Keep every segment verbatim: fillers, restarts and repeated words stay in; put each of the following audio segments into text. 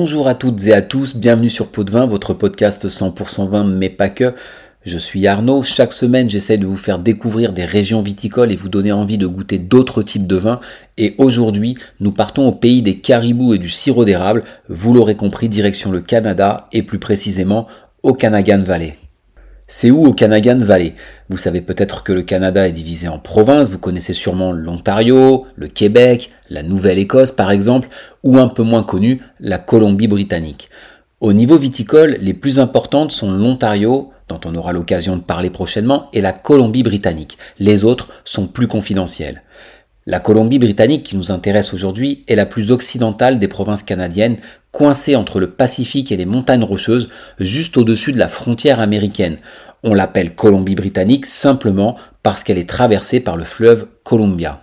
Bonjour à toutes et à tous, bienvenue sur Pot de Vin, votre podcast cent pour cent vin, mais pas que. Je suis Arnaud, chaque semaine j'essaie de vous faire découvrir des régions viticoles et vous donner envie de goûter d'autres types de vins. Et aujourd'hui, nous partons au pays des caribous et du sirop d'érable, vous l'aurez compris, direction le Canada et plus précisément Okanagan Valley. C'est où Okanagan Valley? Vous savez peut-être que le Canada est divisé en provinces, vous connaissez sûrement l'Ontario, le Québec, la Nouvelle-Écosse par exemple, ou un peu moins connu, la Colombie-Britannique. Au niveau viticole, les plus importantes sont l'Ontario, dont on aura l'occasion de parler prochainement, et la Colombie-Britannique. Les autres sont plus confidentielles. La Colombie-Britannique qui nous intéresse aujourd'hui est la plus occidentale des provinces canadiennes, coincée entre le Pacifique et les montagnes rocheuses, juste au-dessus de la frontière américaine. On l'appelle Colombie-Britannique simplement parce qu'elle est traversée par le fleuve Columbia.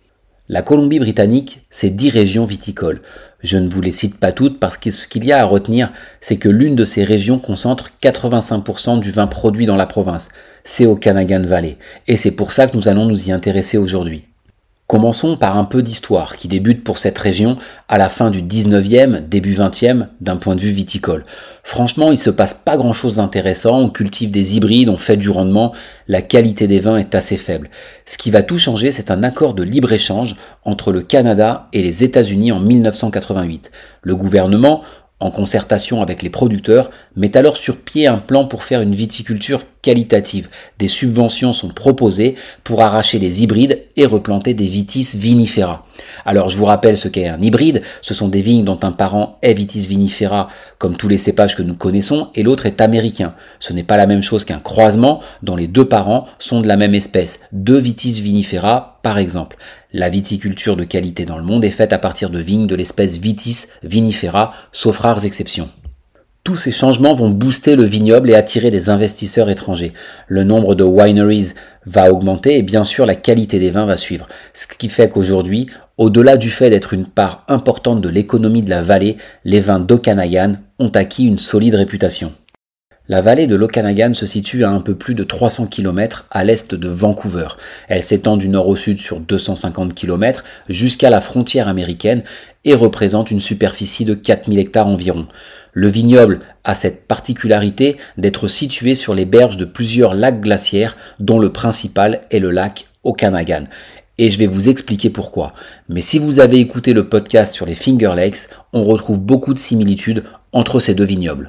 La Colombie-Britannique, c'est dix régions viticoles. Je ne vous les cite pas toutes parce que ce qu'il y a à retenir, c'est que l'une de ces régions concentre quatre-vingt-cinq pour cent du vin produit dans la province. C'est Okanagan Valley. Et c'est pour ça que nous allons nous y intéresser aujourd'hui. Commençons par un peu d'histoire qui débute pour cette région à la fin du dix-neuvième, début vingtième, d'un point de vue viticole. Franchement, il se passe pas grand chose d'intéressant, on cultive des hybrides, on fait du rendement, la qualité des vins est assez faible. Ce qui va tout changer, c'est un accord de libre-échange entre le Canada et les États-Unis en mille neuf cent quatre-vingt-huit. Le gouvernement, en concertation avec les producteurs, met alors sur pied un plan pour faire une viticulture qualitative. Des subventions sont proposées pour arracher les hybrides et replanter des vitis vinifera. Alors je vous rappelle ce qu'est un hybride, ce sont des vignes dont un parent est vitis vinifera comme tous les cépages que nous connaissons et l'autre est américain. Ce n'est pas la même chose qu'un croisement dont les deux parents sont de la même espèce, deux vitis vinifera par exemple. La viticulture de qualité dans le monde est faite à partir de vignes de l'espèce vitis vinifera, sauf rares exceptions. Tous ces changements vont booster le vignoble et attirer des investisseurs étrangers. Le nombre de wineries va augmenter et bien sûr la qualité des vins va suivre. Ce qui fait qu'aujourd'hui, au-delà du fait d'être une part importante de l'économie de la vallée, les vins d'Okanagan ont acquis une solide réputation. La vallée de l'Okanagan se situe à un peu plus de trois cents kilomètres à l'est de Vancouver. Elle s'étend du nord au sud sur deux cent cinquante kilomètres jusqu'à la frontière américaine et représente une superficie de quatre mille hectares environ. Le vignoble a cette particularité d'être situé sur les berges de plusieurs lacs glaciaires dont le principal est le lac Okanagan. Et je vais vous expliquer pourquoi. Mais si vous avez écouté le podcast sur les Finger Lakes, on retrouve beaucoup de similitudes entre ces deux vignobles.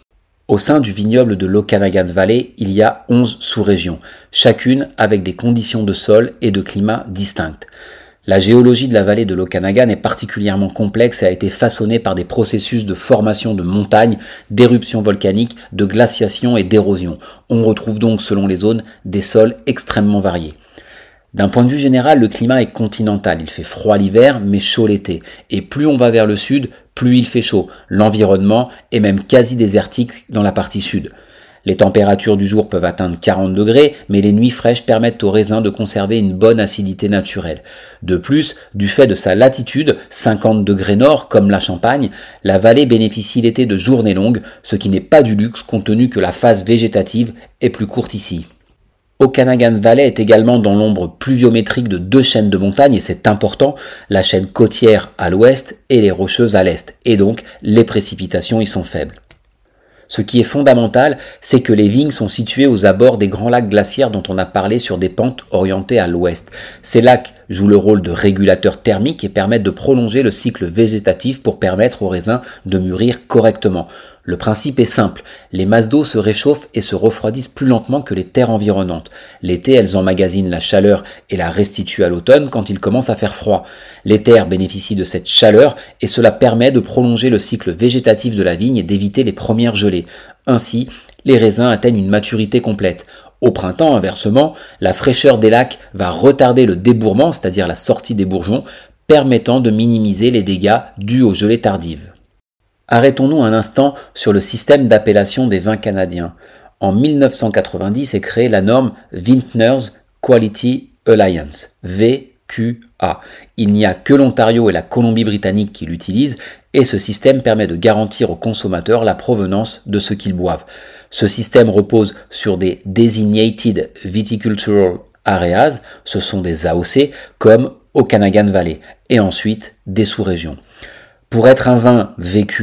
Au sein du vignoble de l'Okanagan Valley, il y a onze sous-régions, chacune avec des conditions de sol et de climat distinctes. La géologie de la vallée de l'Okanagan est particulièrement complexe et a été façonnée par des processus de formation de montagnes, d'éruptions volcaniques, de glaciation et d'érosion. On retrouve donc, selon les zones, des sols extrêmement variés. D'un point de vue général, le climat est continental. Il fait froid l'hiver, mais chaud l'été. Et plus on va vers le sud, plus il fait chaud. L'environnement est même quasi désertique dans la partie sud. Les températures du jour peuvent atteindre quarante degrés, mais les nuits fraîches permettent aux raisins de conserver une bonne acidité naturelle. De plus, du fait de sa latitude, cinquante degrés nord, comme la Champagne, la vallée bénéficie l'été de journées longues, ce qui n'est pas du luxe compte tenu que la phase végétative est plus courte ici. Okanagan Valley est également dans l'ombre pluviométrique de deux chaînes de montagnes et c'est important, la chaîne côtière à l'ouest et les rocheuses à l'est, et donc les précipitations y sont faibles. Ce qui est fondamental, c'est que les vignes sont situées aux abords des grands lacs glaciaires dont on a parlé sur des pentes orientées à l'ouest. Ces lacs jouent le rôle de régulateurs thermiques et permettent de prolonger le cycle végétatif pour permettre aux raisins de mûrir correctement. Le principe est simple, les masses d'eau se réchauffent et se refroidissent plus lentement que les terres environnantes. L'été, elles emmagasinent la chaleur et la restituent à l'automne quand il commence à faire froid. Les terres bénéficient de cette chaleur et cela permet de prolonger le cycle végétatif de la vigne et d'éviter les premières gelées. Ainsi, les raisins atteignent une maturité complète. Au printemps, inversement, la fraîcheur des lacs va retarder le débourrement, c'est-à-dire la sortie des bourgeons, permettant de minimiser les dégâts dus aux gelées tardives. Arrêtons-nous un instant sur le système d'appellation des vins canadiens. En mille neuf cent quatre-vingt-dix est créée la norme Vintners Quality Alliance, V Q A. Il n'y a que l'Ontario et la Colombie-Britannique qui l'utilisent et ce système permet de garantir aux consommateurs la provenance de ce qu'ils boivent. Ce système repose sur des Designated Viticultural Areas, ce sont des A O C comme Okanagan Valley, et ensuite des sous-régions. Pour être un vin V Q A,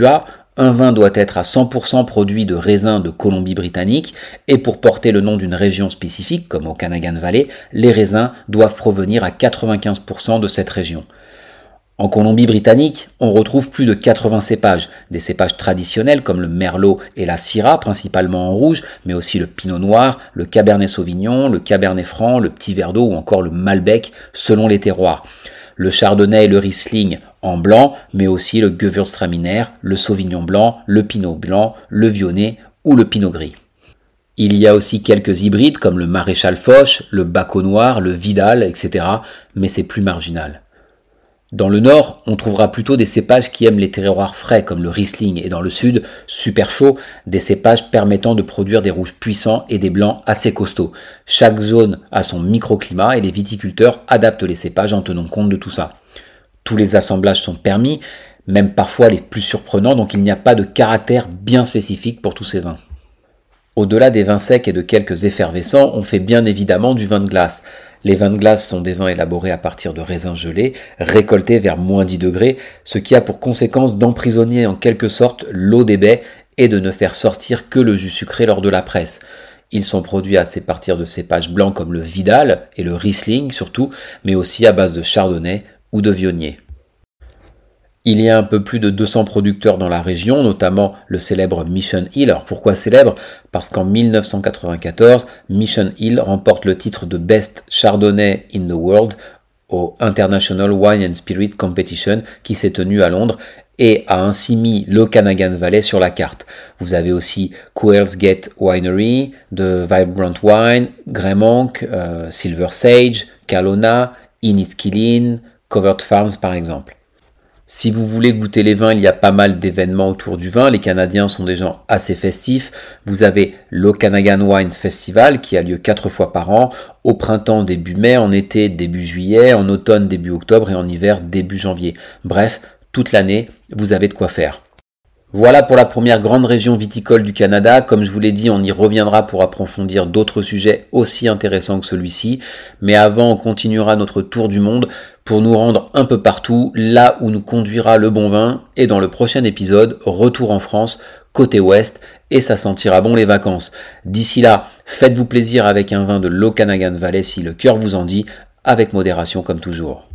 un vin doit être à cent pour cent produit de raisins de Colombie-Britannique et pour porter le nom d'une région spécifique, comme au Okanagan Valley, les raisins doivent provenir à quatre-vingt-quinze pour cent de cette région. En Colombie-Britannique, on retrouve plus de quatre-vingts cépages, des cépages traditionnels comme le Merlot et la Syrah, principalement en rouge, mais aussi le Pinot Noir, le Cabernet Sauvignon, le Cabernet Franc, le Petit Verdot ou encore le Malbec, selon les terroirs. Le Chardonnay et le Riesling en blanc, mais aussi le Gewürztraminer, le Sauvignon blanc, le Pinot blanc, le Viognier ou le Pinot gris. Il y a aussi quelques hybrides comme le Maréchal Foch, le Baco Noir, le Vidal, et cetera, mais c'est plus marginal. Dans le nord, on trouvera plutôt des cépages qui aiment les terroirs frais comme le Riesling et dans le sud, super chaud, des cépages permettant de produire des rouges puissants et des blancs assez costauds. Chaque zone a son microclimat et les viticulteurs adaptent les cépages en tenant compte de tout ça. Tous les assemblages sont permis, même parfois les plus surprenants, donc il n'y a pas de caractère bien spécifique pour tous ces vins. Au-delà des vins secs et de quelques effervescents, on fait bien évidemment du vin de glace. Les vins de glace sont des vins élaborés à partir de raisins gelés, récoltés vers moins dix degrés, ce qui a pour conséquence d'emprisonner en quelque sorte l'eau des baies et de ne faire sortir que le jus sucré lors de la presse. Ils sont produits à partir de cépages blancs comme le Vidal et le Riesling surtout, mais aussi à base de Chardonnay ou de Viognier. Il y a un peu plus de deux cents producteurs dans la région, notamment le célèbre Mission Hill. Alors pourquoi célèbre ? Parce qu'en mille neuf cent quatre-vingt-quatorze, Mission Hill remporte le titre de Best Chardonnay in the World au International Wine and Spirit Competition qui s'est tenu à Londres et a ainsi mis l'Okanagan Valley sur la carte. Vous avez aussi Quails Gate Winery, The Vibrant Wine, Grey Monk, euh, Silver Sage, Kalona, Inniskillin, Covered Farms par exemple. Si vous voulez goûter les vins, il y a pas mal d'événements autour du vin. Les Canadiens sont des gens assez festifs. Vous avez l'Okanagan Wine Festival qui a lieu quatre fois par an, au printemps début mai, en été début juillet, en automne début octobre et en hiver début janvier. Bref, toute l'année, vous avez de quoi faire. Voilà pour la première grande région viticole du Canada. Comme je vous l'ai dit, on y reviendra pour approfondir d'autres sujets aussi intéressants que celui-ci. Mais avant, on continuera notre tour du monde pour nous rendre un peu partout, là où nous conduira le bon vin. Et dans le prochain épisode, retour en France, côté ouest, et ça sentira bon les vacances. D'ici là, faites-vous plaisir avec un vin de l'Okanagan Valley si le cœur vous en dit, avec modération comme toujours.